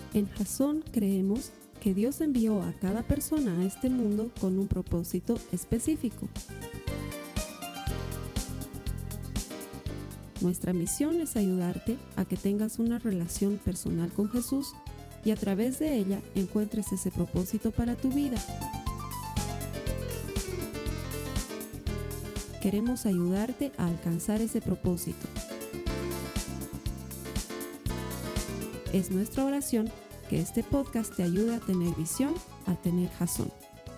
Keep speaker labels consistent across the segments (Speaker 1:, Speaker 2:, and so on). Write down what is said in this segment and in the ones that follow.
Speaker 1: En Jasón creemos que Dios envió a cada persona a este mundo con un propósito específico. Nuestra misión es ayudarte a que tengas una relación personal con Jesús y a través de ella encuentres ese propósito para tu vida. Queremos ayudarte a alcanzar ese propósito. Es nuestra oración que este podcast te ayude a tener visión, a tener Jasón.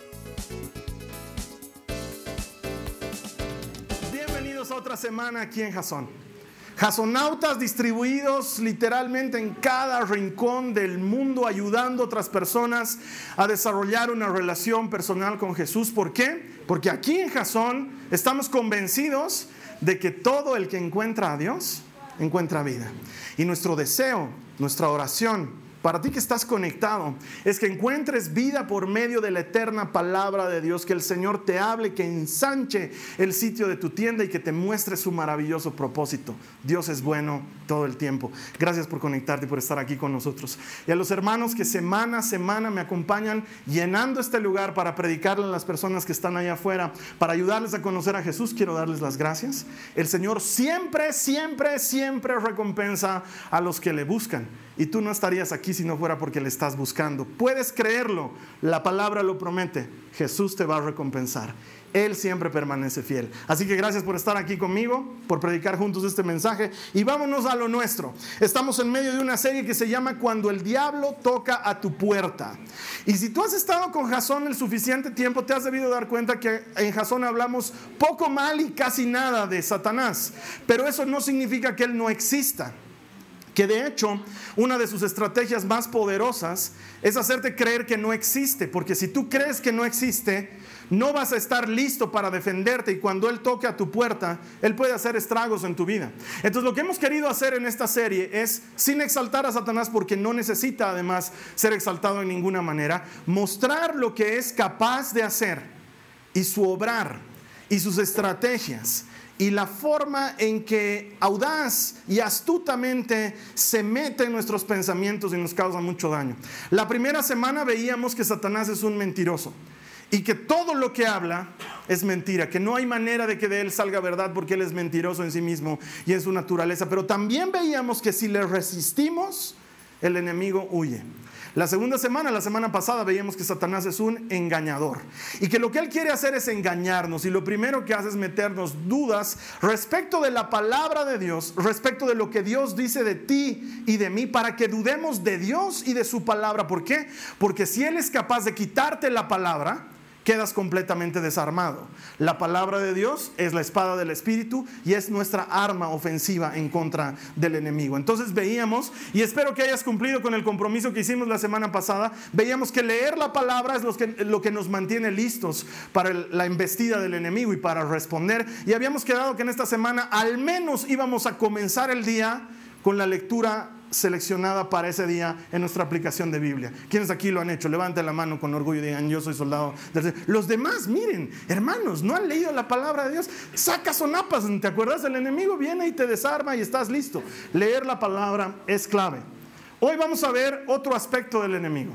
Speaker 2: Bienvenidos a otra semana aquí en Jasón. Jasonautas distribuidos literalmente en cada rincón del mundo, ayudando a otras personas a desarrollar una relación personal con Jesús. ¿Por qué? Porque aquí en Jasón estamos convencidos de que todo el que encuentra a Dios encuentra vida. Y nuestro deseo, nuestra oración para ti que estás conectado, es que encuentres vida por medio de la eterna palabra de Dios, que el Señor te hable, que ensanche el sitio de tu tienda y que te muestre su maravilloso propósito. Dios es bueno todo el tiempo. Gracias por conectarte y por estar aquí con nosotros. Y a los hermanos que semana a semana me acompañan llenando este lugar para predicarle a las personas que están allá afuera, para ayudarles a conocer a Jesús, quiero darles las gracias. El Señor siempre, siempre, siempre recompensa a los que le buscan. Y tú no estarías aquí si no fuera porque le estás buscando. Puedes creerlo, la palabra lo promete. Jesús te va a recompensar. Él siempre permanece fiel. Así que gracias por estar aquí conmigo, por predicar juntos este mensaje. Y vámonos a lo nuestro. Estamos en medio de una serie que se llama Cuando el diablo toca a tu puerta. Y si tú has estado con Jasón el suficiente tiempo, te has debido dar cuenta que en Jasón hablamos poco mal y casi nada de Satanás. Pero eso no significa que él no exista. Que de hecho, una de sus estrategias más poderosas es hacerte creer que no existe, porque si tú crees que no existe, no vas a estar listo para defenderte, y cuando él toque a tu puerta, él puede hacer estragos en tu vida. Entonces lo que hemos querido hacer en esta serie es, sin exaltar a Satanás, porque no necesita además ser exaltado en ninguna manera, mostrar lo que es capaz de hacer y su obrar y sus estrategias y la forma en que audaz y astutamente se mete en nuestros pensamientos y nos causa mucho daño. La primera semana veíamos que Satanás es un mentiroso y que todo lo que habla es mentira, que no hay manera de que de él salga verdad porque él es mentiroso en sí mismo y en su naturaleza. Pero también veíamos que si le resistimos, el enemigo huye. La semana pasada veíamos que Satanás es un engañador y que lo que él quiere hacer es engañarnos, y lo primero que hace es meternos dudas respecto de la palabra de Dios, respecto de lo que Dios dice de ti y de mí, para que dudemos de Dios y de su palabra. ¿Por qué? Porque si él es capaz de quitarte la palabra, quedas completamente desarmado. La palabra de Dios es la espada del Espíritu y es nuestra arma ofensiva en contra del enemigo. Entonces veíamos, y espero que hayas cumplido con el compromiso que hicimos la semana pasada, veíamos que leer la palabra es lo que nos mantiene listos para la embestida del enemigo y para responder. Y habíamos quedado que en esta semana al menos íbamos a comenzar el día con la lectura seleccionada para ese día en nuestra aplicación de Biblia. ¿Quiénes aquí lo han hecho? Levanten la mano con orgullo y digan: yo soy soldado del Señor. Los demás, miren, hermanos, no han leído la palabra de Dios. Saca sonapas, ¿te acuerdas? El enemigo viene y te desarma y estás listo. Leer la palabra es clave. Hoy vamos a ver otro aspecto del enemigo.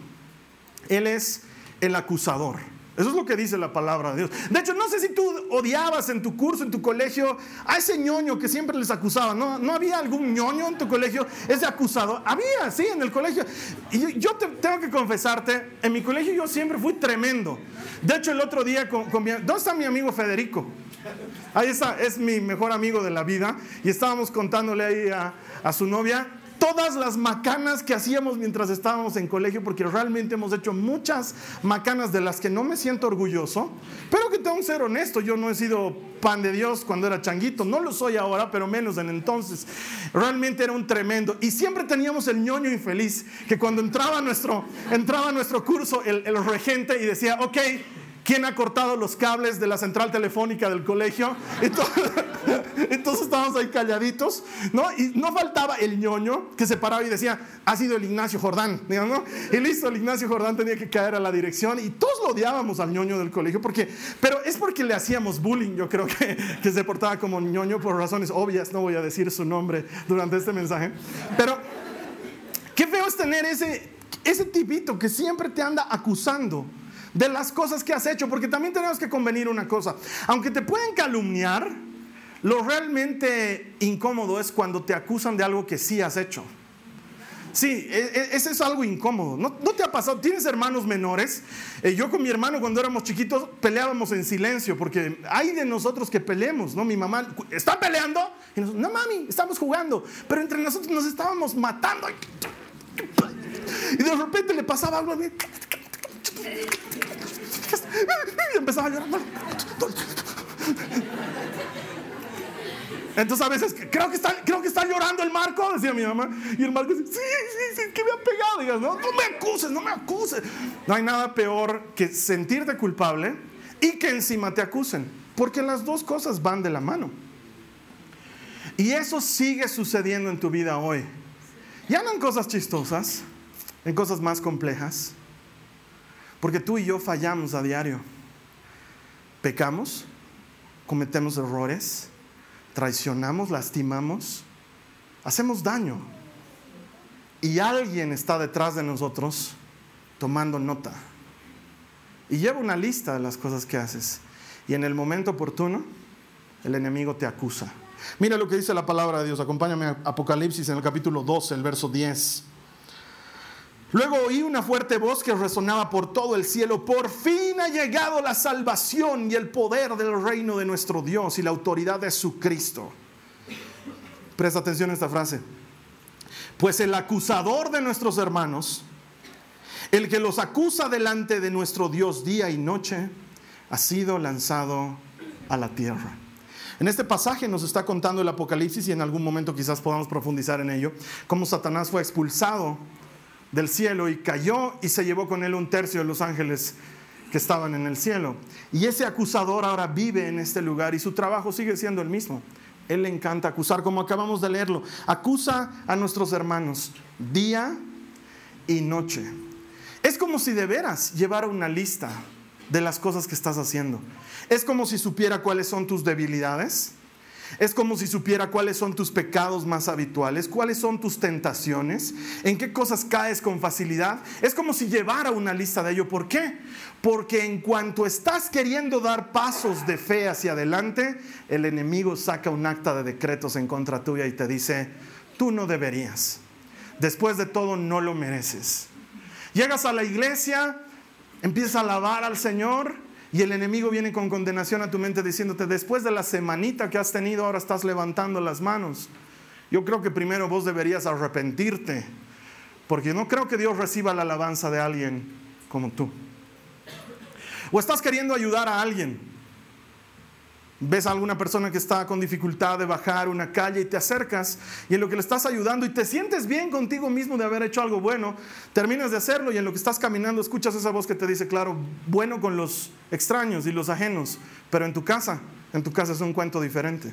Speaker 2: Él es el acusador. Eso es lo que dice la palabra de Dios. De hecho, no sé si tú odiabas en tu curso, en tu colegio, a ese ñoño que siempre les acusaba. ¿No había algún ñoño en tu colegio? Ese acusador. Había, sí, en el colegio. Y yo tengo que confesarte, en mi colegio yo siempre fui tremendo. De hecho, el otro día, ¿dónde está mi amigo Federico? Ahí está, es mi mejor amigo de la vida. Y estábamos contándole ahí a su novia todas las macanas que hacíamos mientras estábamos en colegio, porque realmente hemos hecho muchas macanas de las que no me siento orgulloso, pero que tengo que ser honesto. Yo no he sido pan de Dios cuando era changuito, no lo soy ahora, pero menos en entonces. Realmente era un tremendo, y siempre teníamos el ñoño infeliz que cuando entraba a nuestro curso el regente y decía: ok, ¿quién ha cortado los cables de la central telefónica del colegio? Entonces estábamos ahí calladitos, ¿no? Y no faltaba el ñoño que se paraba y decía: ha sido el Ignacio Jordán, ¿no? Y listo, el Ignacio Jordán tenía que caer a la dirección, y todos lo odiábamos al ñoño del colegio, pero es porque le hacíamos bullying. Yo creo que se portaba como ñoño por razones obvias. No voy a decir su nombre durante este mensaje, pero qué feo es tener ese ese tipito que siempre te anda acusando de las cosas que has hecho, porque también tenemos que convenir una cosa, aunque te pueden calumniar, lo realmente incómodo es cuando te acusan de algo que sí has hecho. Sí, ese es algo incómodo. ¿No te ha pasado? ¿Tienes hermanos menores? Yo con mi hermano cuando éramos chiquitos peleábamos en silencio, porque hay de nosotros que peleemos, ¿no? Mi mamá, ¿está peleando? Y nosotros, no mami, estamos jugando. Pero entre nosotros nos estábamos matando. Y de repente le pasaba algo a mí. Y empezaba a llorar. Entonces a veces, creo que está llorando el Marco, decía mi mamá. Y el Marco dice, sí, que me ha pegado. Digas, no me acuses. No hay nada peor que sentirte culpable y que encima te acusen. Porque las dos cosas van de la mano. Y eso sigue sucediendo en tu vida hoy. Ya no en cosas chistosas, en cosas más complejas. Porque tú y yo fallamos a diario. Pecamos, cometemos errores, traicionamos, lastimamos, hacemos daño. Y alguien está detrás de nosotros tomando nota. Y lleva una lista de las cosas que haces. Y en el momento oportuno, el enemigo te acusa. Mira lo que dice la palabra de Dios. Acompáñame a Apocalipsis en el capítulo 12, el verso 10. Luego oí una fuerte voz que resonaba por todo el cielo. Por fin ha llegado la salvación y el poder del reino de nuestro Dios y la autoridad de su Cristo. Presta atención a esta frase. Pues el acusador de nuestros hermanos, el que los acusa delante de nuestro Dios día y noche, ha sido lanzado a la tierra. En este pasaje nos está contando el Apocalipsis, y en algún momento quizás podamos profundizar en ello, cómo Satanás fue expulsado del cielo y cayó y se llevó con él 1/3 de los ángeles que estaban en el cielo. Y ese acusador ahora vive en este lugar y su trabajo sigue siendo el mismo. Él le encanta acusar, como acabamos de leerlo. Acusa a nuestros hermanos día y noche. Es como si de veras llevara una lista de las cosas que estás haciendo. Es como si supiera cuáles son tus debilidades. Es como si supiera cuáles son tus pecados más habituales, cuáles son tus tentaciones, en qué cosas caes con facilidad. Es como si llevara una lista de ello. ¿Por qué? Porque en cuanto estás queriendo dar pasos de fe hacia adelante, el enemigo saca un acta de decretos en contra tuya y te dice, tú no deberías. Después de todo, no lo mereces. Llegas a la iglesia, empiezas a alabar al Señor, y el enemigo viene con condenación a tu mente diciéndote, después de la semanita que has tenido, ahora estás levantando las manos. Yo creo que primero vos deberías arrepentirte, porque no creo que Dios reciba la alabanza de alguien como tú. O estás queriendo ayudar a alguien. Ves a alguna persona que está con dificultad de bajar una calle y te acercas y en lo que le estás ayudando y te sientes bien contigo mismo de haber hecho algo bueno, terminas de hacerlo y en lo que estás caminando escuchas esa voz que te dice, claro, bueno con los extraños y los ajenos, pero en tu casa es un cuento diferente.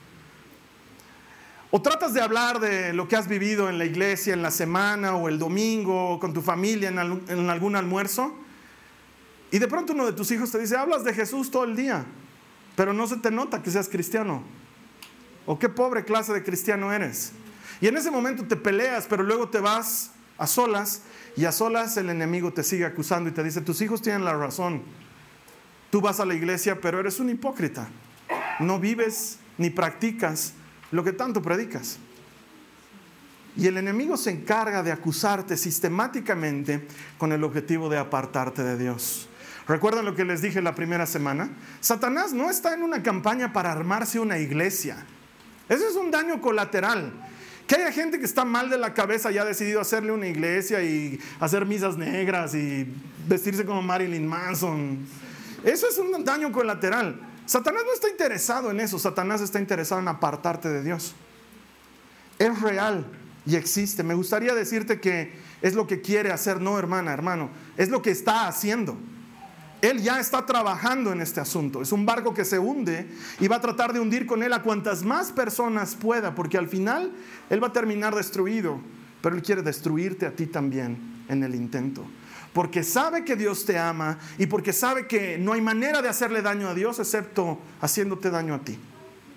Speaker 2: O tratas de hablar de lo que has vivido en la iglesia, en la semana o el domingo, o con tu familia en algún almuerzo, y de pronto uno de tus hijos te dice, hablas de Jesús todo el día, pero no se te nota que seas cristiano. O qué pobre clase de cristiano eres. Y en ese momento te peleas, pero luego te vas a solas, y a solas el enemigo te sigue acusando y te dice, tus hijos tienen la razón. Tú vas a la iglesia, pero eres un hipócrita. No vives ni practicas lo que tanto predicas. Y el enemigo se encarga de acusarte sistemáticamente con el objetivo de apartarte de Dios. ¿Recuerdan lo que les dije la primera semana? Satanás no está en una campaña para armarse una iglesia. Eso es un daño colateral. Que haya gente que está mal de la cabeza y ha decidido hacerle una iglesia y hacer misas negras y vestirse como Marilyn Manson. Eso es un daño colateral. Satanás no está interesado en eso. Satanás está interesado en apartarte de Dios. Es real y existe. Me gustaría decirte que es lo que quiere hacer. No, hermano. Es lo que está haciendo. Él ya está trabajando en este asunto. Es un barco que se hunde y va a tratar de hundir con él a cuantas más personas pueda, porque al final él va a terminar destruido, pero él quiere destruirte a ti también en el intento. Porque sabe que Dios te ama y porque sabe que no hay manera de hacerle daño a Dios excepto haciéndote daño a ti.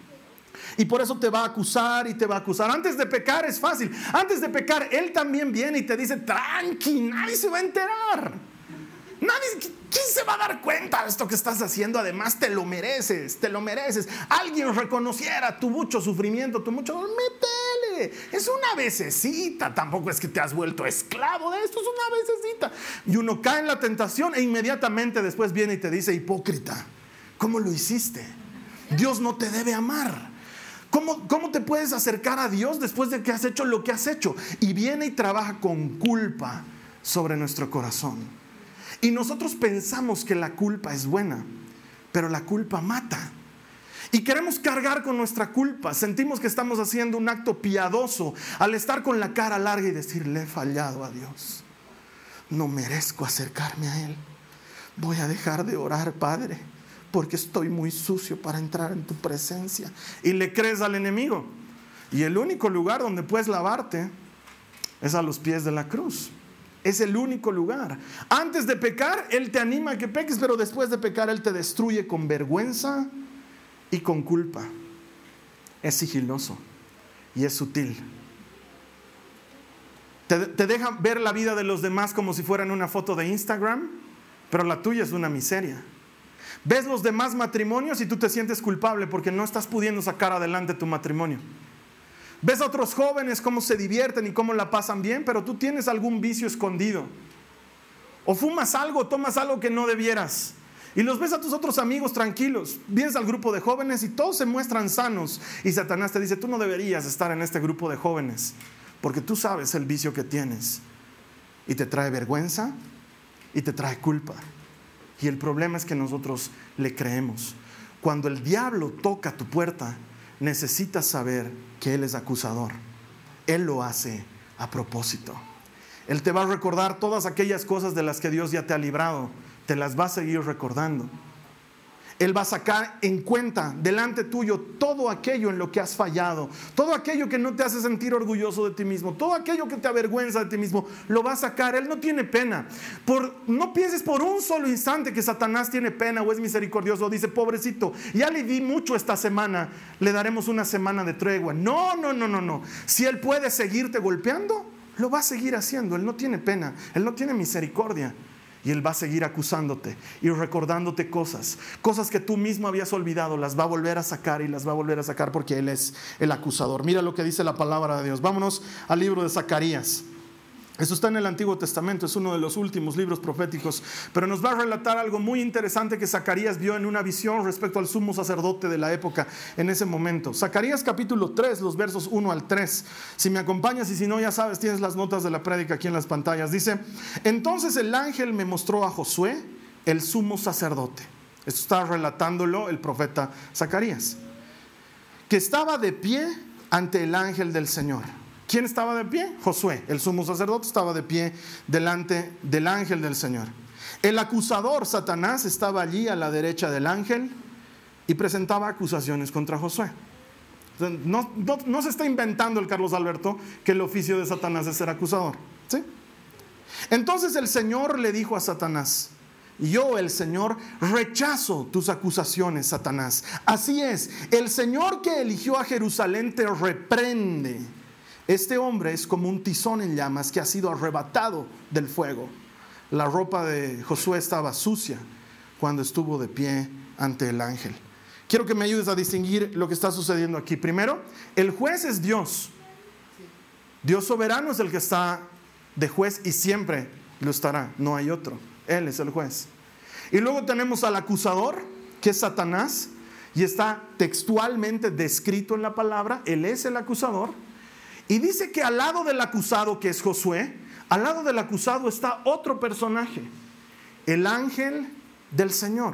Speaker 2: Y por eso te va a acusar y te va a acusar. Antes de pecar es fácil. Antes de pecar, Él también viene y te dice, tranqui, nadie se va a enterar. ¿Quién se va a dar cuenta de esto que estás haciendo? Además te lo mereces, te lo mereces. Alguien reconociera tu mucho sufrimiento, tu mucho dolor, métele. Es una vecesita, tampoco es que te has vuelto esclavo de esto, es una vecesita. Y uno cae en la tentación e inmediatamente después viene y te dice, hipócrita, ¿cómo lo hiciste? Dios no te debe amar. ¿Cómo te puedes acercar a Dios después de que has hecho lo que has hecho? Y viene y trabaja con culpa sobre nuestro corazón. Y nosotros pensamos que la culpa es buena, pero la culpa mata. Y queremos cargar con nuestra culpa. Sentimos que estamos haciendo un acto piadoso al estar con la cara larga y decir, le he fallado a Dios. No merezco acercarme a Él. Voy a dejar de orar, Padre, porque estoy muy sucio para entrar en tu presencia. Y le crees al enemigo. Y el único lugar donde puedes lavarte es a los pies de la cruz. Es el único lugar. Antes de pecar, Él te anima a que peques, pero después de pecar, Él te destruye con vergüenza y con culpa. Es sigiloso y es sutil. Te deja ver la vida de los demás como si fueran una foto de Instagram, pero la tuya es una miseria. Ves los demás matrimonios y tú te sientes culpable porque no estás pudiendo sacar adelante tu matrimonio. Ves a otros jóvenes cómo se divierten y cómo la pasan bien, pero tú tienes algún vicio escondido. O fumas algo, tomas algo que no debieras. Y los ves a tus otros amigos tranquilos. Vienes al grupo de jóvenes y todos se muestran sanos. Y Satanás te dice, tú no deberías estar en este grupo de jóvenes, porque tú sabes el vicio que tienes. Y te trae vergüenza y te trae culpa. Y el problema es que nosotros le creemos. Cuando el diablo toca tu puerta, necesitas saber que Él es acusador. Él lo hace a propósito. Él te va a recordar todas aquellas cosas de las que Dios ya te ha librado. Te las va a seguir recordando. Él va a sacar en cuenta delante tuyo todo aquello en lo que has fallado, todo aquello que no te hace sentir orgulloso de ti mismo, todo aquello que te avergüenza de ti mismo, lo va a sacar. Él no tiene pena. No pienses por un solo instante que Satanás tiene pena o es misericordioso. Dice, pobrecito, ya le di mucho esta semana, le daremos una semana de tregua. No. Si Él puede seguirte golpeando, lo va a seguir haciendo. Él no tiene pena, Él no tiene misericordia. Y Él va a seguir acusándote y recordándote cosas que tú mismo habías olvidado. Las va a volver a sacar y las va a volver a sacar porque Él es el acusador. Mira lo que dice la palabra de Dios. Vámonos al libro de Zacarías. Eso está en el Antiguo Testamento, es uno de los últimos libros proféticos, pero nos va a relatar algo muy interesante que Zacarías vio en una visión respecto al sumo sacerdote de la época en ese momento. Zacarías capítulo 3, los versos 1 al 3. Si me acompañas y si no, ya sabes, tienes las notas de la prédica aquí en las pantallas. Dice, entonces el ángel me mostró a Josué, el sumo sacerdote. Esto está relatándolo el profeta Zacarías, que estaba de pie ante el ángel del Señor. ¿Quién estaba de pie? Josué, el sumo sacerdote, estaba de pie delante del ángel del Señor. El acusador, Satanás, estaba allí a la derecha del ángel y presentaba acusaciones contra Josué. No se está inventando el Carlos Alberto que el oficio de Satanás es ser acusador, ¿sí? Entonces el Señor le dijo a Satanás, yo, el Señor, rechazo tus acusaciones, Satanás. Así es, el Señor que eligió a Jerusalén te reprende. Este hombre es como un tizón en llamas que ha sido arrebatado del fuego. La ropa de Josué estaba sucia cuando estuvo de pie ante el ángel. Quiero que me ayudes a distinguir lo que está sucediendo aquí. Primero, el juez es Dios. Dios soberano es el que está de juez y siempre lo estará. No hay otro. Él es el juez. Y luego tenemos al acusador, que es Satanás, y está textualmente descrito en la palabra. Él es el acusador. Y dice que al lado del acusado, que es Josué, al lado del acusado está otro personaje, el ángel del Señor.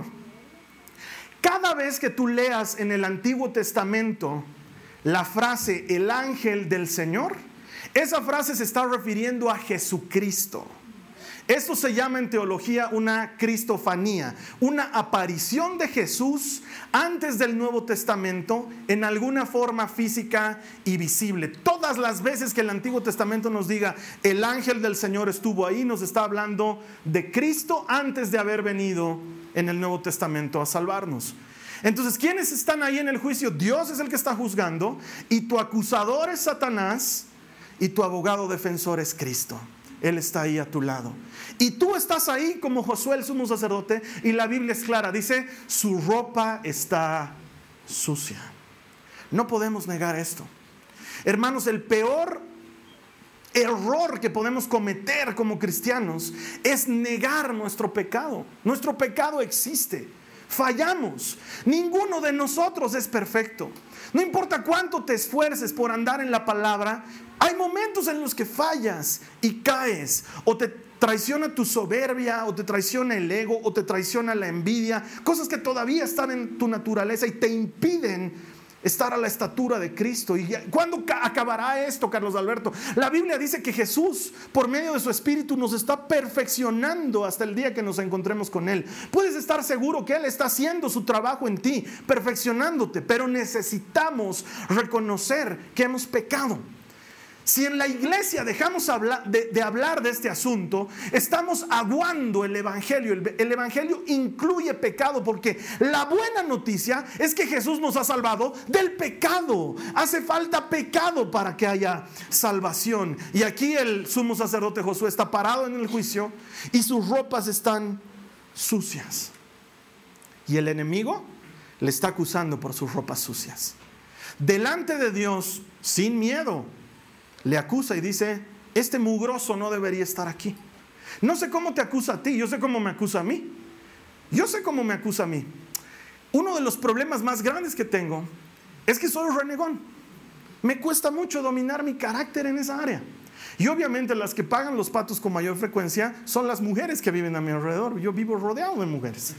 Speaker 2: Cada vez que tú leas en el Antiguo Testamento la frase el ángel del Señor, esa frase se está refiriendo a Jesucristo. Esto se llama en teología una cristofanía, una aparición de Jesús antes del Nuevo Testamento en alguna forma física y visible. Todas las veces que el Antiguo Testamento nos diga el ángel del Señor estuvo ahí, nos está hablando de Cristo antes de haber venido en el Nuevo Testamento a salvarnos. Entonces, ¿quiénes están ahí en el juicio? Dios es el que está juzgando, y tu acusador es Satanás, y tu abogado defensor es Cristo. Él está ahí a tu lado. Y tú estás ahí como Josué, el sumo sacerdote, y la Biblia es clara. Dice, su ropa está sucia. No podemos negar esto. Hermanos, el peor error que podemos cometer como cristianos es negar nuestro pecado. Nuestro pecado existe. Fallamos. Ninguno de nosotros es perfecto. No importa cuánto te esfuerces por andar en la palabra, hay momentos en los que fallas y caes, o te traiciona tu soberbia, o te traiciona el ego, o te traiciona la envidia, cosas que todavía están en tu naturaleza y te impiden estar a la estatura de Cristo. ¿Y cuándo acabará esto, Carlos Alberto? La Biblia dice que Jesús, por medio de su Espíritu, nos está perfeccionando hasta el día que nos encontremos con Él. Puedes estar seguro que Él está haciendo su trabajo en ti, perfeccionándote, pero necesitamos reconocer que hemos pecado. Si en la iglesia dejamos de hablar de este asunto, estamos aguando el Evangelio. El Evangelio incluye pecado, porque la buena noticia es que Jesús nos ha salvado del pecado. Hace falta pecado para que haya salvación. Y aquí el sumo sacerdote Josué está parado en el juicio y sus ropas están sucias. Y el enemigo le está acusando por sus ropas sucias. Delante de Dios, sin miedo, le acusa y dice, este mugroso no debería estar aquí. No sé cómo te acusa a ti, yo sé cómo me acusa a mí. Yo sé cómo me acusa a mí. Uno de los problemas más grandes que tengo es que soy renegón. Me cuesta mucho dominar mi carácter en esa área. Y obviamente las que pagan los patos con mayor frecuencia son las mujeres que viven a mi alrededor. Yo vivo rodeado de mujeres.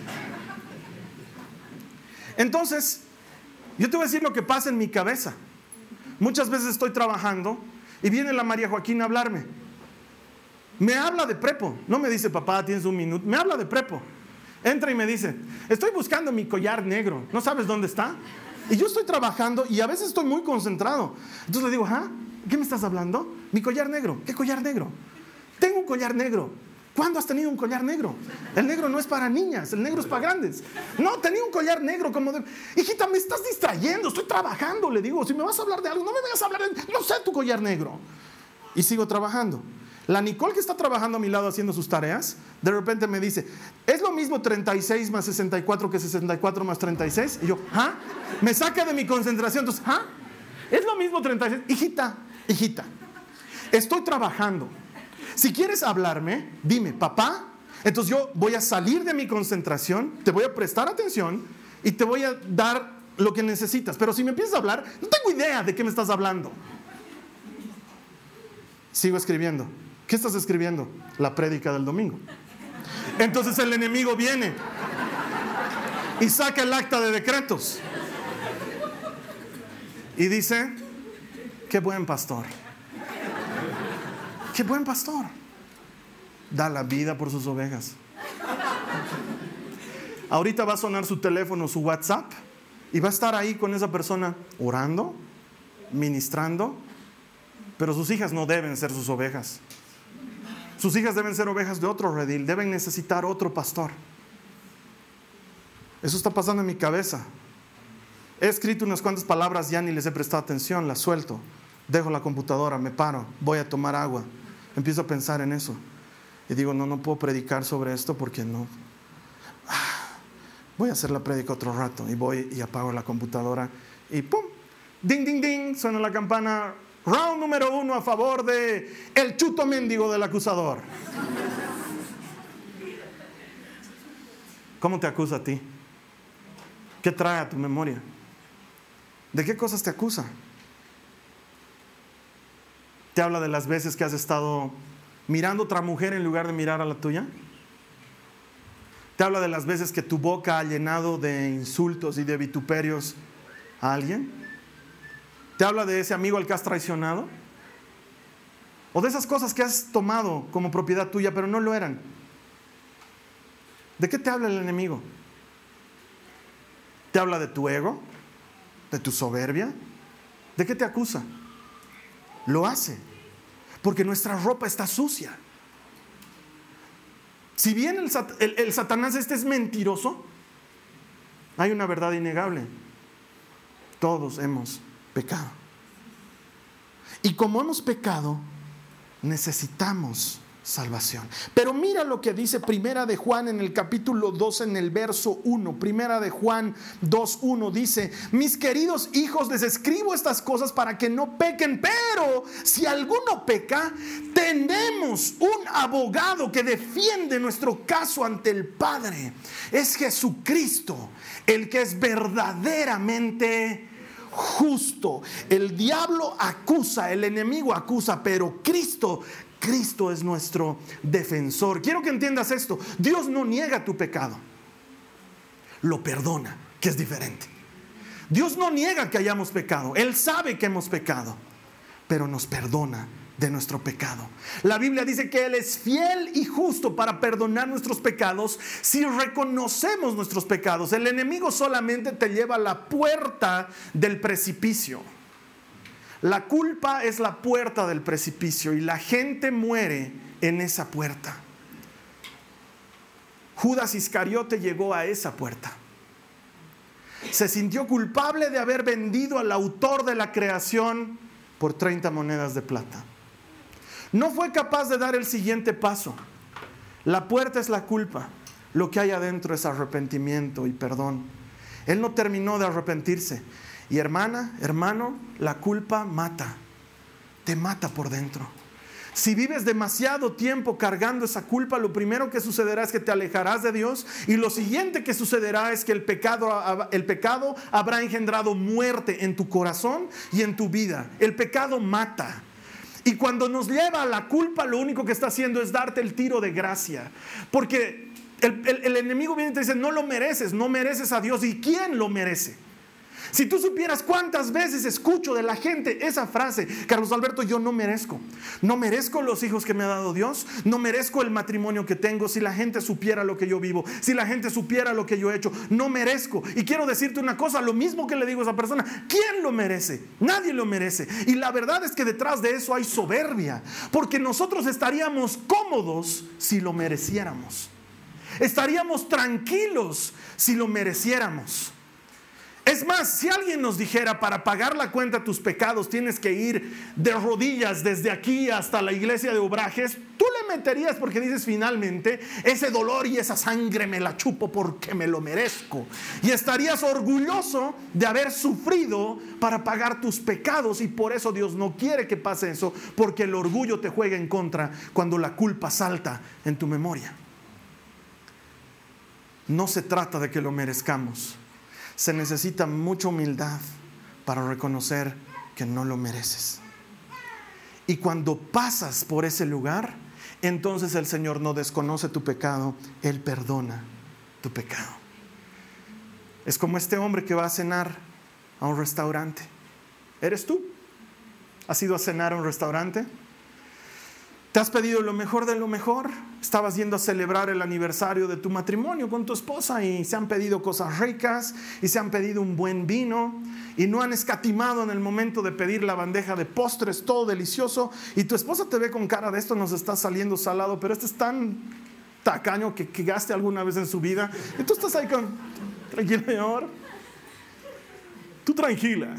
Speaker 2: Entonces, yo te voy a decir lo que pasa en mi cabeza. Muchas veces estoy trabajando y viene la María Joaquina a hablarme. Me habla de prepo. No me dice, papá, tienes un minuto. Me habla de prepo. Entra y me dice, estoy buscando mi collar negro. ¿No sabes dónde está? Y yo estoy trabajando y a veces estoy muy concentrado. Entonces le digo, ¿ah? ¿Qué me estás hablando? Mi collar negro. ¿Qué collar negro? Tengo un collar negro. ¿Cuándo has tenido un collar negro? El negro no es para niñas, el negro es para grandes. No, tenía un collar negro como de... Hijita, me estás distrayendo, estoy trabajando, le digo. Si me vas a hablar de algo, no me vengas a hablar de... No sé tu collar negro. Y sigo trabajando. La Nicole, que está trabajando a mi lado haciendo sus tareas, de repente me dice, ¿es lo mismo 36 más 64 que 64 más 36? Y yo, ¿ah? Me saca de mi concentración. Entonces, ¿ah? ¿Es lo mismo 36? Hijita, estoy trabajando. Si quieres hablarme, dime, papá. Entonces yo voy a salir de mi concentración, te voy a prestar atención y te voy a dar lo que necesitas. Pero si me empiezas a hablar, no tengo idea de qué me estás hablando. Sigo escribiendo. ¿Qué estás escribiendo? La prédica del domingo. Entonces el enemigo viene y saca el acta de decretos y dice, qué buen pastor. Qué buen pastor. Da la vida por sus ovejas. Ahorita va a sonar su teléfono, su WhatsApp, y va a estar ahí con esa persona orando, ministrando, pero sus hijas no deben ser sus ovejas. Sus hijas deben ser ovejas de otro redil, deben necesitar otro pastor. Eso está pasando en mi cabeza. He escrito unas cuantas palabras, ya ni les he prestado atención, las suelto. Dejo la computadora, me paro, voy a tomar agua. Empiezo a pensar en eso. Y digo, no puedo predicar sobre esto porque no. Voy a hacer la prédica otro rato. Y voy y apago la computadora. Y ¡pum! ¡Ding, ding, ding! Suena la campana. Round número 1 a favor de el chuto mendigo del acusador. ¿Cómo te acusa a ti? ¿Qué trae a tu memoria? ¿De qué cosas te acusa? ¿Te habla de las veces que has estado mirando a otra mujer en lugar de mirar a la tuya? ¿Te habla de las veces que tu boca ha llenado de insultos y de vituperios a alguien? ¿Te habla de ese amigo al que has traicionado? ¿O de esas cosas que has tomado como propiedad tuya pero no lo eran? ¿De qué te habla el enemigo? ¿Te habla de tu ego? ¿De tu soberbia? ¿De qué te acusa? Lo hace porque nuestra ropa está sucia. Si bien el Satanás es mentiroso, Hay una verdad innegable. Todos hemos pecado. Y como hemos pecado, necesitamos salvación. Pero mira lo que dice Primera de Juan en el capítulo 2, en el verso 1. Primera de Juan 2:1 dice: mis queridos hijos, les escribo estas cosas para que no pequen, pero si alguno peca, tenemos un abogado que defiende nuestro caso ante el Padre. Es Jesucristo, el que es verdaderamente justo. El diablo acusa, el enemigo acusa, pero Cristo es nuestro defensor. Quiero que entiendas esto. Dios no niega tu pecado, lo perdona, que es diferente. Dios no niega que hayamos pecado. Él sabe que hemos pecado, pero nos perdona de nuestro pecado. La Biblia dice que Él es fiel y justo para perdonar nuestros pecados si reconocemos nuestros pecados. El enemigo solamente te lleva a la puerta del precipicio. La culpa es la puerta del precipicio y la gente muere en esa puerta. Judas Iscariote llegó a esa puerta. Se sintió culpable de haber vendido al autor de la creación por 30 monedas de plata. No fue capaz de dar el siguiente paso. La puerta es la culpa. Lo que hay adentro es arrepentimiento y perdón. Él no terminó de arrepentirse. Y hermano, la culpa mata. Te mata por dentro. Si vives demasiado tiempo cargando esa culpa, lo primero que sucederá es que te alejarás de Dios. Y lo siguiente que sucederá es que el pecado habrá engendrado muerte en tu corazón y en tu vida. El pecado mata. Y cuando nos lleva a la culpa, lo único que está haciendo es darte el tiro de gracia. Porque el enemigo viene y te dice: no lo mereces, no mereces a Dios. ¿Y quién lo merece? Si tú supieras cuántas veces escucho de la gente esa frase: Carlos Alberto, yo no merezco los hijos que me ha dado Dios, no merezco el matrimonio que tengo. Si la gente supiera lo que yo vivo, si la gente supiera lo que yo he hecho, no merezco. Y quiero decirte una cosa, lo mismo que le digo a esa persona: ¿quién lo merece? Nadie lo merece. Y la verdad es que detrás de eso hay soberbia, porque nosotros estaríamos cómodos si lo mereciéramos, estaríamos tranquilos si lo mereciéramos. Es más, si alguien nos dijera: para pagar la cuenta de tus pecados tienes que ir de rodillas desde aquí hasta la iglesia de Obrajes, tú le meterías, porque dices: finalmente ese dolor y esa sangre me la chupo porque me lo merezco. Y estarías orgulloso de haber sufrido para pagar tus pecados. Y por eso Dios no quiere que pase eso, porque el orgullo te juega en contra cuando la culpa salta en tu memoria. No se trata de que lo merezcamos. Se necesita mucha humildad para reconocer que no lo mereces. Y cuando pasas por ese lugar, entonces el Señor no desconoce tu pecado, Él perdona tu pecado. Es como este hombre que va a cenar a un restaurante. ¿Eres tú? ¿Has ido a cenar a un restaurante? ¿Te has pedido lo mejor de lo mejor? Estabas yendo a celebrar el aniversario de tu matrimonio con tu esposa y se han pedido cosas ricas y se han pedido un buen vino y no han escatimado en el momento de pedir la bandeja de postres, todo delicioso, y tu esposa te ve con cara de: esto nos está saliendo salado, pero este es tan tacaño que gaste alguna vez en su vida. Y tú estás ahí con: tranquila, mi amor, tú tranquila.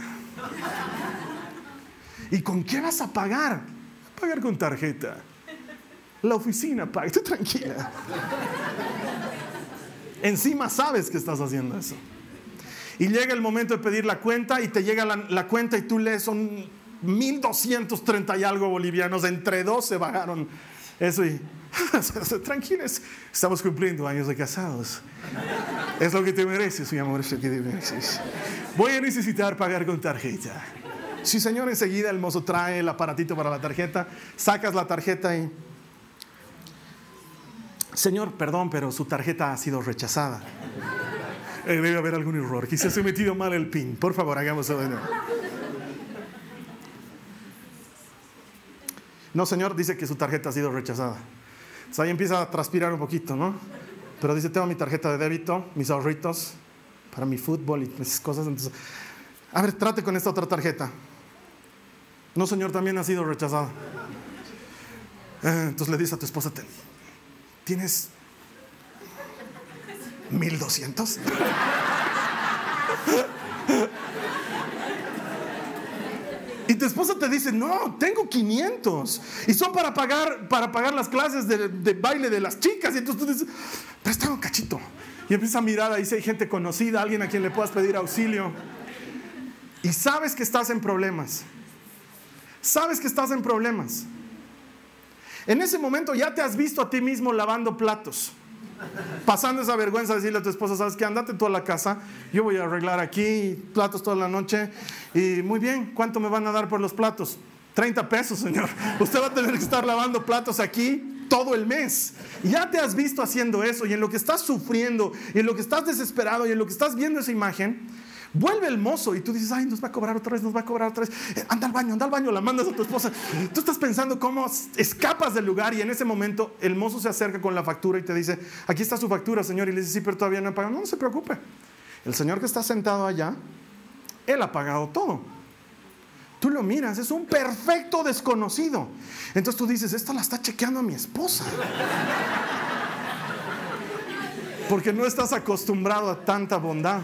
Speaker 2: ¿Y con qué vas a pagar? Pagar con tarjeta. La oficina paga, tú tranquila. Encima sabes que estás haciendo eso. Y llega el momento de pedir la cuenta y te llega la cuenta y tú lees: son 1,230 y algo bolivianos. Entre dos se bajaron eso y tranquilos, estamos cumpliendo años de casados. Es lo que te mereces, mi amor, es lo que te mereces. Voy a necesitar pagar con tarjeta. Sí, señor. Enseguida el mozo trae el aparatito para la tarjeta. Sacas la tarjeta y: señor, perdón, pero su tarjeta ha sido rechazada. Debe haber algún error. Quizás he metido mal el PIN. Por favor, hagámoslo de nuevo. No, señor, dice que su tarjeta ha sido rechazada. Entonces ahí empieza a transpirar un poquito, ¿no? Pero dice: tengo mi tarjeta de débito, mis ahorritos para mi fútbol y esas cosas. Entonces, a ver, trate con esta otra tarjeta. No, señor, también ha sido rechazada. Entonces le dices a tu esposa: ¿tienes 1,200? Y tu esposa te dice, no, tengo 500. Y son para pagar las clases de baile de las chicas. Y entonces tú dices, préstame un cachito. Y empiezas a mirar ahí si hay gente conocida, alguien a quien le puedas pedir auxilio. Y sabes que estás en problemas. Sabes que estás en problemas. En ese momento ya te has visto a ti mismo lavando platos. Pasando esa vergüenza de decirle a tu esposa, ¿sabes qué? Andate tú a la casa, yo voy a arreglar aquí platos toda la noche. Y muy bien, ¿cuánto me van a dar por los platos? 30 pesos, señor. Usted va a tener que estar lavando platos aquí todo el mes. Ya te has visto haciendo eso, y en lo que estás sufriendo, y en lo que estás desesperado, y en lo que estás viendo esa imagen, vuelve el mozo y tú dices, ay, nos va a cobrar otra vez, nos va a cobrar otra vez. Anda al baño, la mandas a tu esposa. Tú estás pensando cómo escapas del lugar, y en ese momento el mozo se acerca con la factura y te dice, aquí está su factura, señor. Y le dice, sí, pero todavía no he pagado. No se preocupe. El señor que está sentado allá, él ha pagado todo. Tú lo miras, es un perfecto desconocido. Entonces tú dices, esto la está chequeando a mi esposa. Porque no estás acostumbrado a tanta bondad.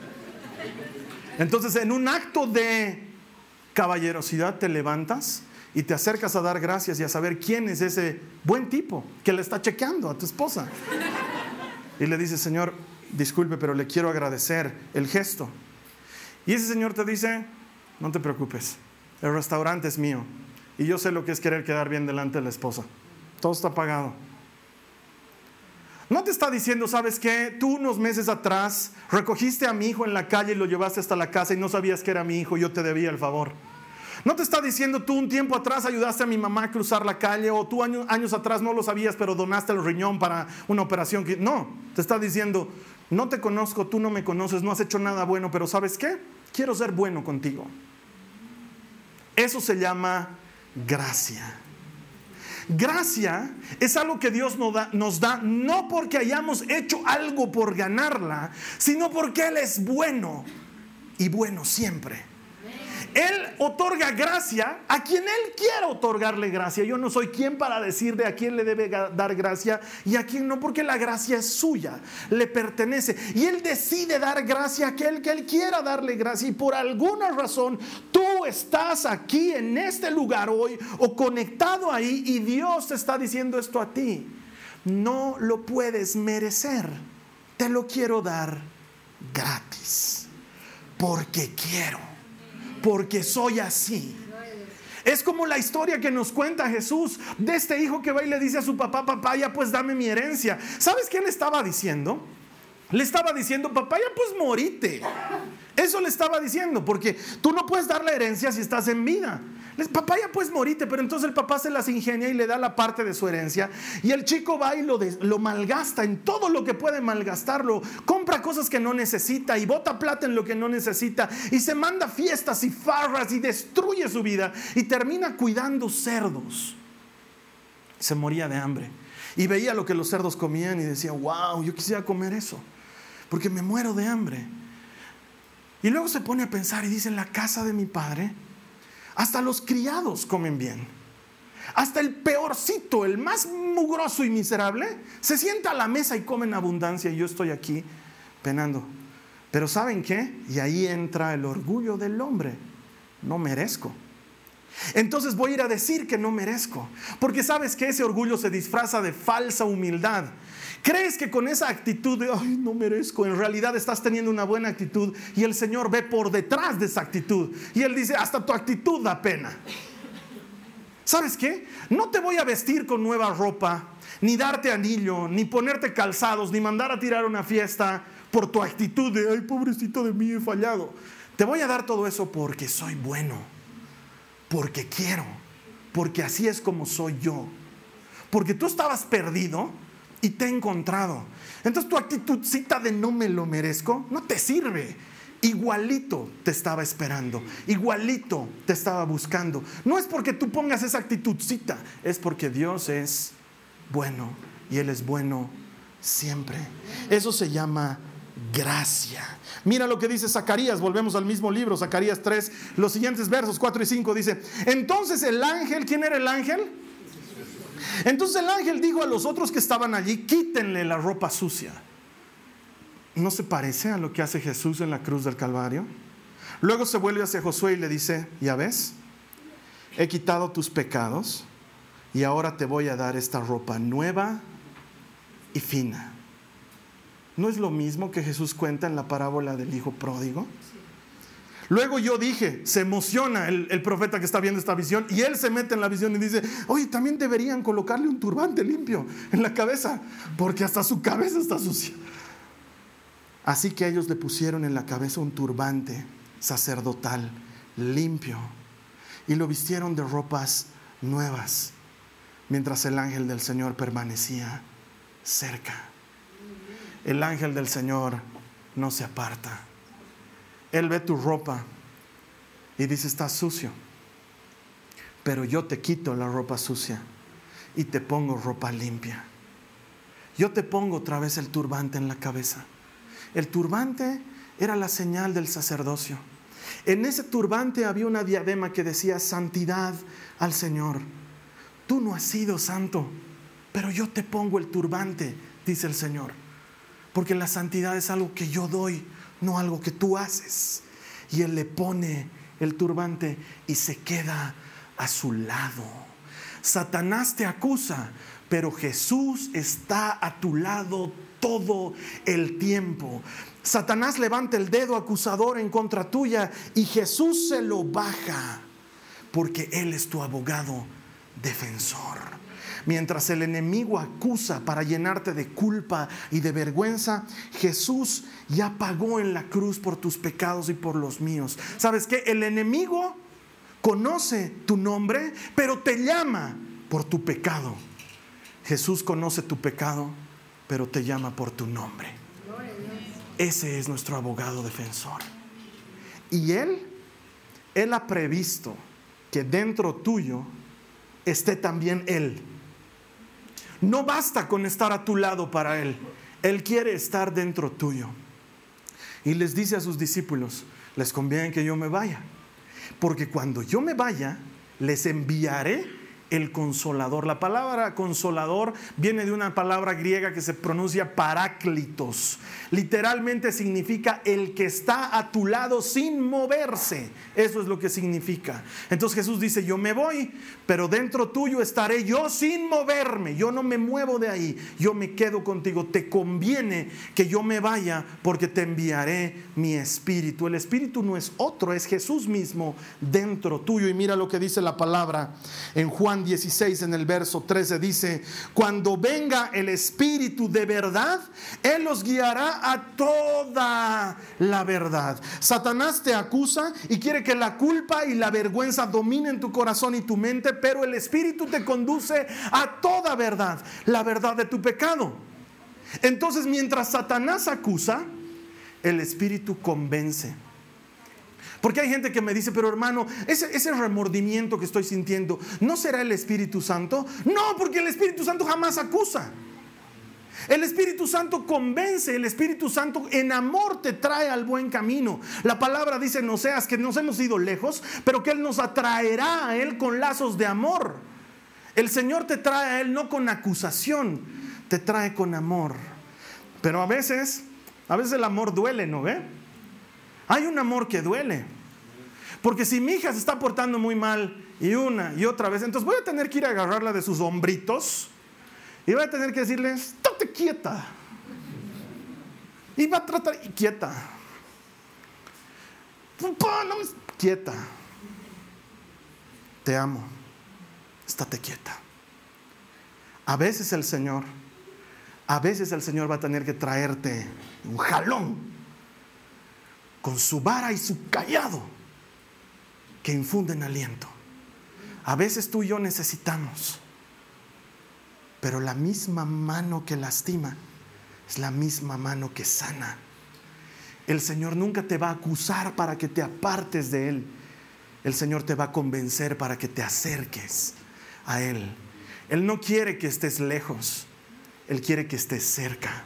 Speaker 2: Entonces, en un acto de caballerosidad te levantas y te acercas a dar gracias y a saber quién es ese buen tipo que le está chequeando a tu esposa. Y le dices, señor, disculpe, pero le quiero agradecer el gesto. Y ese señor te dice, no te preocupes, el restaurante es mío y yo sé lo que es querer quedar bien delante de la esposa. Todo está pagado. No te está diciendo, ¿sabes qué? Tú unos meses atrás recogiste a mi hijo en la calle y lo llevaste hasta la casa y no sabías que era mi hijo, yo te debía el favor. No te está diciendo, tú un tiempo atrás ayudaste a mi mamá a cruzar la calle, o tú años atrás no lo sabías pero donaste el riñón para una operación. No, te está diciendo, no te conozco, tú no me conoces, no has hecho nada bueno, pero ¿sabes qué? Quiero ser bueno contigo. Eso se llama gracia. Gracia es algo que Dios nos da no porque hayamos hecho algo por ganarla, sino porque Él es bueno y bueno siempre. Él otorga gracia a quien Él quiera otorgarle gracia. Yo no soy quien para decirle a quién le debe dar gracia y a quién no, porque la gracia es suya, le pertenece. Y Él decide dar gracia a aquel que Él quiera darle gracia. Y por alguna razón tú estás aquí en este lugar hoy o conectado ahí, y Dios te está diciendo esto a ti. No lo puedes merecer, te lo quiero dar gratis, porque quiero. Porque soy así. Es como la historia que nos cuenta Jesús de este hijo que va y le dice a su papá, papá, ya pues dame mi herencia. ¿Sabes qué le estaba diciendo? Le estaba diciendo, papá, ya pues morite. Eso le estaba diciendo, porque tú no puedes dar la herencia si estás en vida. Papá, ya pues morite. Pero entonces el papá se las ingenia y le da la parte de su herencia, y el chico va y lo malgasta en todo lo que puede malgastarlo. Compra cosas que no necesita y bota plata en lo que no necesita, y se manda fiestas y farras y destruye su vida, y termina cuidando cerdos. Se moría de hambre y veía lo que los cerdos comían y decía, wow, yo quisiera comer eso porque me muero de hambre. Y luego se pone a pensar y dice, en la casa de mi padre hasta los criados comen bien. Hasta el peorcito, el más mugroso y miserable, se sienta a la mesa y come en abundancia, y yo estoy aquí penando. Pero ¿saben qué? Y ahí entra el orgullo del hombre. No merezco. Entonces voy a ir a decir que no merezco, porque sabes que ese orgullo se disfraza de falsa humildad. Crees que con esa actitud de ay, no merezco, en realidad estás teniendo una buena actitud, y el Señor ve por detrás de esa actitud y Él dice, hasta tu actitud da pena. ¿Sabes qué? No te voy a vestir con nueva ropa, ni darte anillo, ni ponerte calzados, ni mandar a tirar una fiesta por tu actitud de ay, pobrecito de mí, he fallado. Te voy a dar todo eso porque soy bueno, porque quiero, porque así es como soy yo. Porque tú estabas perdido y te he encontrado. Entonces tu actitudcita de no me lo merezco no te sirve. Igualito te estaba esperando, igualito te estaba buscando. No es porque tú pongas esa actitudcita, es porque Dios es bueno y Él es bueno siempre. Eso se llama gracia. Mira lo que dice Zacarías, volvemos al mismo libro, Zacarías 3, los siguientes versos 4 y 5 dice, entonces el ángel, ¿quién era el ángel? Entonces el ángel dijo a los otros que estaban allí, quítenle la ropa sucia. ¿no se parece a lo que hace Jesús en la cruz del Calvario? Luego se vuelve hacia Josué y le dice, ¿ya ves? He quitado tus pecados y ahora te voy a dar esta ropa nueva y fina. ¿No es lo mismo que Jesús cuenta en la parábola del hijo pródigo? Luego yo dije, se emociona el profeta que está viendo esta visión, y él se mete en la visión y dice, oye, también deberían colocarle un turbante limpio en la cabeza, porque hasta su cabeza está sucia. Así que ellos le pusieron en la cabeza un turbante sacerdotal limpio y lo vistieron de ropas nuevas, mientras el ángel del Señor permanecía cerca. El ángel del Señor no se aparta. Él ve tu ropa y dice, estás sucio, pero yo te quito la ropa sucia y te pongo ropa limpia. Yo te pongo otra vez el turbante en la cabeza. El turbante era la señal del sacerdocio. En ese turbante había una diadema que decía santidad al Señor. Tú no has sido santo, pero yo te pongo el turbante, dice el Señor, porque la santidad es algo que yo doy, no algo que tú haces. Y Él le pone el turbante y se queda a su lado. Satanás te acusa, pero Jesús está a tu lado todo el tiempo. Satanás levanta el dedo acusador en contra tuya y Jesús se lo baja, porque Él es tu abogado defensor. Mientras el enemigo acusa para llenarte de culpa y de vergüenza, Jesús ya pagó en la cruz por tus pecados y por los míos. ¿Sabes qué? El enemigo conoce tu nombre, pero te llama por tu pecado. Jesús conoce tu pecado, pero te llama por tu nombre. Ese es nuestro abogado defensor. Y Él ha previsto que dentro tuyo esté también Él. No basta con estar a tu lado para Él. Él quiere estar dentro tuyo. Y les dice a sus discípulos, les conviene que yo me vaya, porque cuando yo me vaya, les enviaré el consolador. La palabra consolador viene de una palabra griega que se pronuncia paráclitos. Literalmente significa el que está a tu lado sin moverse. Eso es lo que significa. Entonces Jesús dice, yo me voy, pero dentro tuyo estaré yo sin moverme. Yo no me muevo de ahí, yo me quedo contigo. Te conviene que yo me vaya, porque te enviaré mi espíritu. El espíritu no es otro, es Jesús mismo dentro tuyo. Y mira lo que dice la palabra en Juan 16, en el verso 13, dice, cuando venga el Espíritu de verdad, Él los guiará a toda la verdad. Satanás te acusa y quiere que la culpa y la vergüenza dominen tu corazón y tu mente, pero el Espíritu te conduce a toda verdad, la verdad de tu pecado. Entonces, mientras Satanás acusa, el Espíritu convence. Porque hay gente que me dice, pero hermano, ese remordimiento que estoy sintiendo, ¿no será el Espíritu Santo? No, porque el Espíritu Santo jamás acusa. El Espíritu Santo convence, el Espíritu Santo en amor te trae al buen camino. La palabra dice en Oseas que nos hemos ido lejos, pero que Él nos atraerá a Él con lazos de amor. El Señor te trae a Él no con acusación, te trae con amor. Pero a veces el amor duele, ¿no ve? Hay un amor que duele. Porque si mi hija se está portando muy mal y una y otra vez, entonces voy a tener que ir a agarrarla de sus hombritos y voy a tener que decirle, estate quieta. Y va a tratar, quieta. Quieta. Te amo. Estate quieta. A veces el Señor va a tener que traerte un jalón con su vara y su cayado que infunden aliento. A veces tú y yo necesitamos, pero la misma mano que lastima es la misma mano que sana. El Señor nunca te va a acusar para que te apartes de Él. El Señor te va a convencer para que te acerques a Él. Él no quiere que estés lejos, Él quiere que estés cerca.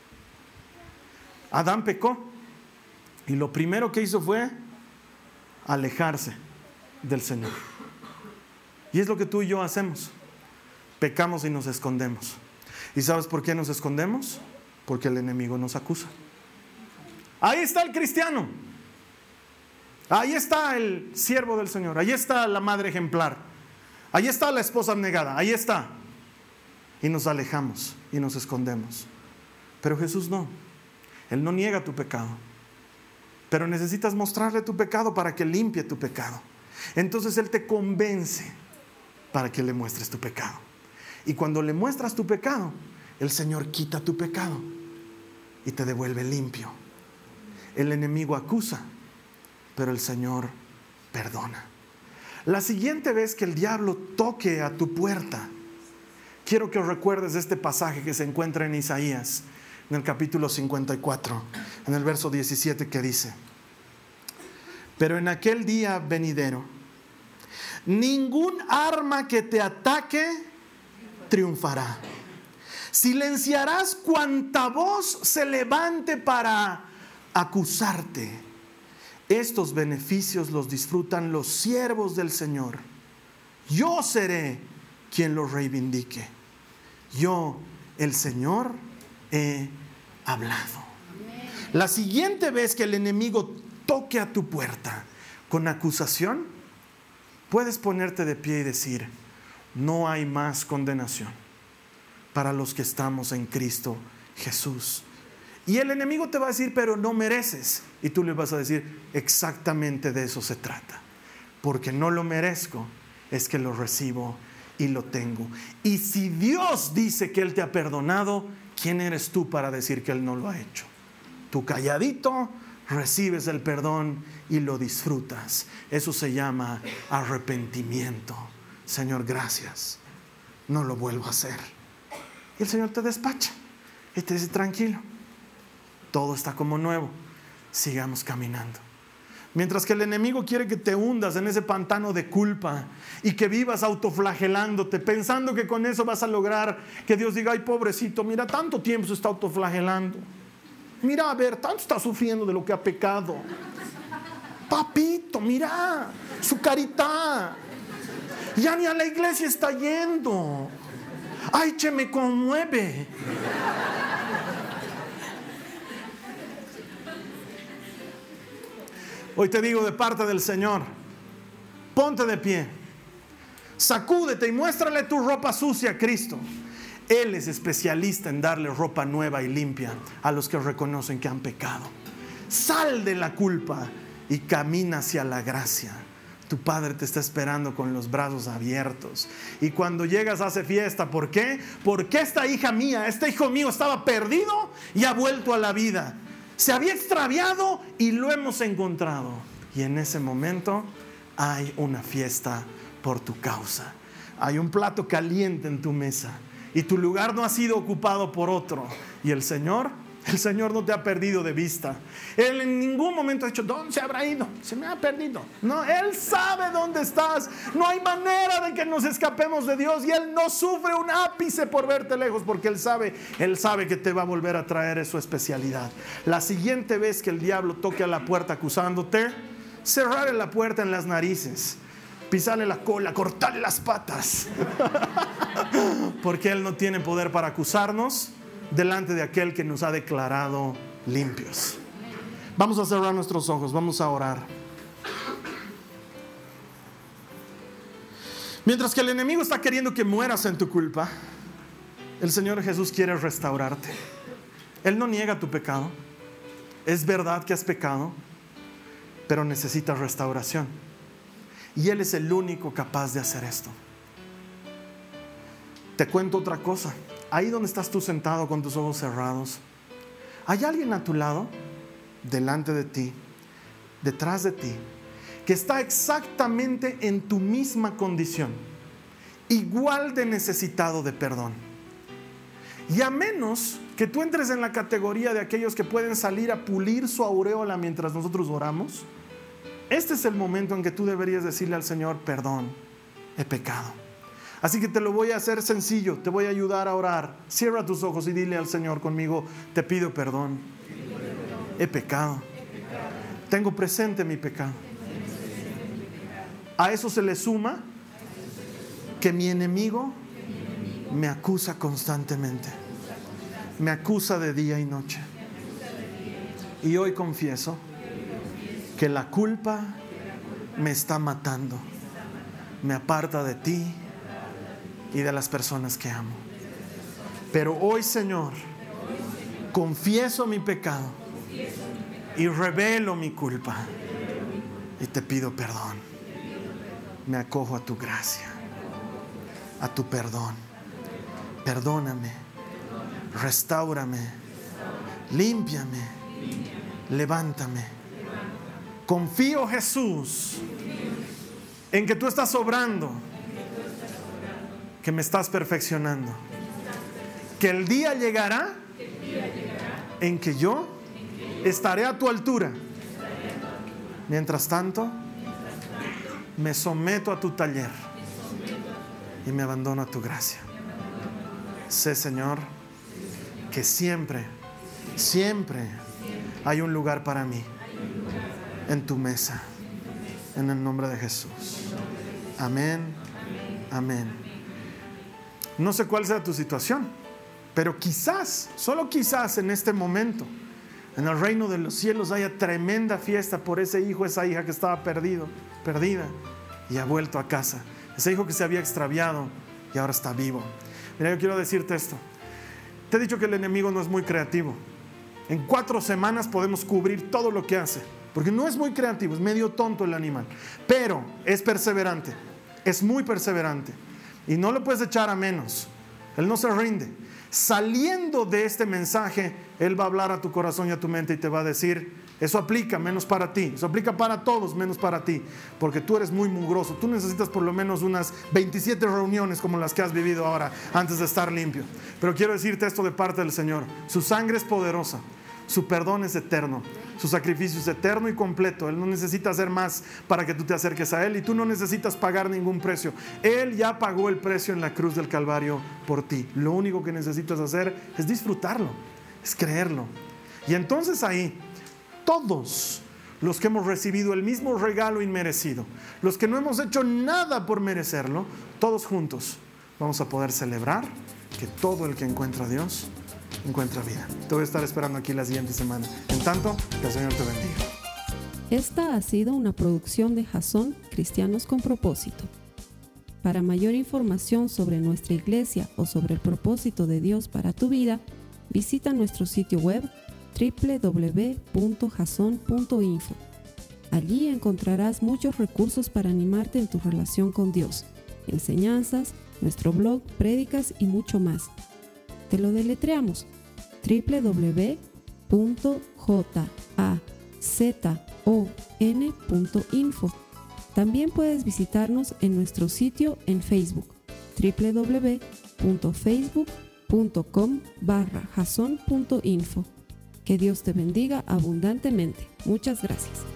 Speaker 2: Adán pecó. Y lo primero que hizo fue alejarse del Señor. Y es lo que tú y yo hacemos. Pecamos y nos escondemos. ¿Y sabes por qué nos escondemos? Porque el enemigo nos acusa. Ahí está el cristiano. Ahí está el siervo del Señor. Ahí está la madre ejemplar. Ahí está la esposa abnegada. Ahí está. Y nos alejamos y nos escondemos. Pero Jesús no. Él no niega tu pecado. Pero necesitas mostrarle tu pecado para que limpie tu pecado. Entonces Él te convence para que le muestres tu pecado. Y cuando le muestras tu pecado, el Señor quita tu pecado y te devuelve limpio. El enemigo acusa, pero el Señor perdona. La siguiente vez que el diablo toque a tu puerta, quiero que recuerdes este pasaje que se encuentra en Isaías, en el capítulo 54, en el verso 17, que dice: pero en aquel día venidero, ningún arma que te ataque triunfará. Silenciarás cuanta voz se levante para acusarte. Estos beneficios los disfrutan los siervos del Señor. Yo seré quien los reivindique. Yo, el Señor, he hablado. La siguiente vez que el enemigo toque a tu puerta con acusación, puedes ponerte de pie y decir: no hay más condenación para los que estamos en Cristo Jesús. Y el enemigo te va a decir: pero no mereces. Y tú le vas a decir: exactamente de eso se trata. Porque no lo merezco, es que lo recibo y lo tengo. Y si Dios dice que Él te ha perdonado, ¿quién eres tú para decir que Él no lo ha hecho? Tú calladito recibes el perdón y lo disfrutas. Eso se llama arrepentimiento. Señor, gracias, no lo vuelvo a hacer. Y el Señor te despacha y te dice: tranquilo, todo está como nuevo, sigamos caminando. Mientras que el enemigo quiere que te hundas en ese pantano de culpa y que vivas autoflagelándote, pensando que con eso vas a lograr que Dios diga: ay, pobrecito, mira, tanto tiempo se está autoflagelando. Mira, a ver, tanto está sufriendo de lo que ha pecado. Papito, mira, su carita. Ya ni a la iglesia está yendo. Ay, che, me conmueve. Hoy te digo de parte del Señor: ponte de pie, sacúdete y muéstrale tu ropa sucia a Cristo. Él es especialista en darle ropa nueva y limpia a los que reconocen que han pecado. Sal de la culpa y camina hacia la gracia. Tu Padre te está esperando con los brazos abiertos. Y cuando llegas hace fiesta. ¿Por qué? Porque esta hija mía, este hijo mío estaba perdido y ha vuelto a la vida. Se había extraviado y lo hemos encontrado. Y en ese momento hay una fiesta por tu causa. Hay un plato caliente en tu mesa y tu lugar no ha sido ocupado por otro. Y el Señor no te ha perdido de vista. Él en ningún momento ha dicho: ¿dónde se habrá ido? Se me ha perdido. No, Él sabe dónde estás. No hay manera de que nos escapemos de Dios. Y Él no sufre un ápice por verte lejos, porque Él sabe que te va a volver a traer. Es su especialidad. La siguiente vez que el diablo toque a la puerta acusándote, cerrarle la puerta en las narices, pisarle la cola, cortarle las patas. Porque Él no tiene poder para acusarnos delante de aquel que nos ha declarado limpios. Vamos a cerrar nuestros ojos, vamos a orar. Mientras que el enemigo está queriendo que mueras en tu culpa, el Señor Jesús quiere restaurarte. Él no niega tu pecado. Es verdad que has pecado, pero necesitas restauración. Y Él es el único capaz de hacer esto. Te cuento otra cosa. Ahí donde estás tú sentado con tus ojos cerrados, ¿hay alguien a tu lado, delante de ti, detrás de ti, que está exactamente en tu misma condición, igual de necesitado de perdón? Y a menos que tú entres en la categoría de aquellos que pueden salir a pulir su aureola mientras nosotros oramos, este es el momento en que tú deberías decirle al Señor: perdón, he pecado. Así que te lo voy a hacer sencillo, te voy a ayudar a orar. Cierra tus ojos y dile al Señor conmigo: te pido perdón, he pecado, tengo presente mi pecado. A eso se le suma que mi enemigo me acusa constantemente, me acusa de día y noche. Y hoy confieso que la culpa me está matando. Me aparta de ti y de las personas que amo. Pero hoy, Señor, confieso mi pecado y revelo mi culpa. Y te pido perdón. Me acojo a tu gracia, a tu perdón. Perdóname, restáurame, límpiame, levántame. Confío, Jesús, en que tú estás obrando, que me estás perfeccionando, que el día llegará en que yo estaré a tu altura. Mientras tanto, me someto a tu taller y me abandono a tu gracia. Sé, Señor, que siempre, siempre hay un lugar para mí en tu mesa, en el nombre de Jesús. Amén, amén. No sé cuál sea tu situación, pero quizás, solo quizás en este momento, en el reino de los cielos haya tremenda fiesta por ese hijo, esa hija que estaba perdida y ha vuelto a casa. Ese hijo que se había extraviado y ahora está vivo. Mira, yo quiero decirte esto. Te he dicho que el enemigo no es muy creativo. En 4 semanas podemos cubrir todo lo que hace, porque no es muy creativo, es medio tonto el animal, pero es perseverante, es muy perseverante y no lo puedes echar a menos. Él no se rinde. Saliendo de este mensaje, Él va a hablar a tu corazón y a tu mente y te va a decir: eso aplica menos para ti, eso aplica para todos menos para ti, porque tú eres muy mugroso. Tú necesitas por lo menos unas 27 reuniones como las que has vivido ahora antes de estar limpio. Pero quiero decirte esto de parte del Señor: su sangre es poderosa, su perdón es eterno, su sacrificio es eterno y completo. Él no necesita hacer más para que tú te acerques a Él, y tú no necesitas pagar ningún precio. Él ya pagó el precio en la cruz del Calvario por ti. Lo único que necesitas hacer es disfrutarlo, es creerlo. Y entonces ahí, todos los que hemos recibido el mismo regalo inmerecido, los que no hemos hecho nada por merecerlo, todos juntos vamos a poder celebrar que todo el que encuentra a Dios encuentra vida. Te voy a estar esperando aquí la siguiente semana. En tanto, que el Señor te bendiga.
Speaker 1: Esta ha sido una producción de Jasón Cristianos con Propósito. Para mayor información sobre nuestra iglesia o sobre el propósito de Dios para tu vida, visita nuestro sitio web www.jason.info. Allí encontrarás muchos recursos para animarte en tu relación con Dios, enseñanzas, nuestro blog, prédicas y mucho más. Te lo deletreamos: www.jazon.info. También puedes visitarnos en nuestro sitio en Facebook, www.facebook.com/jason.info. Que Dios te bendiga abundantemente. Muchas gracias.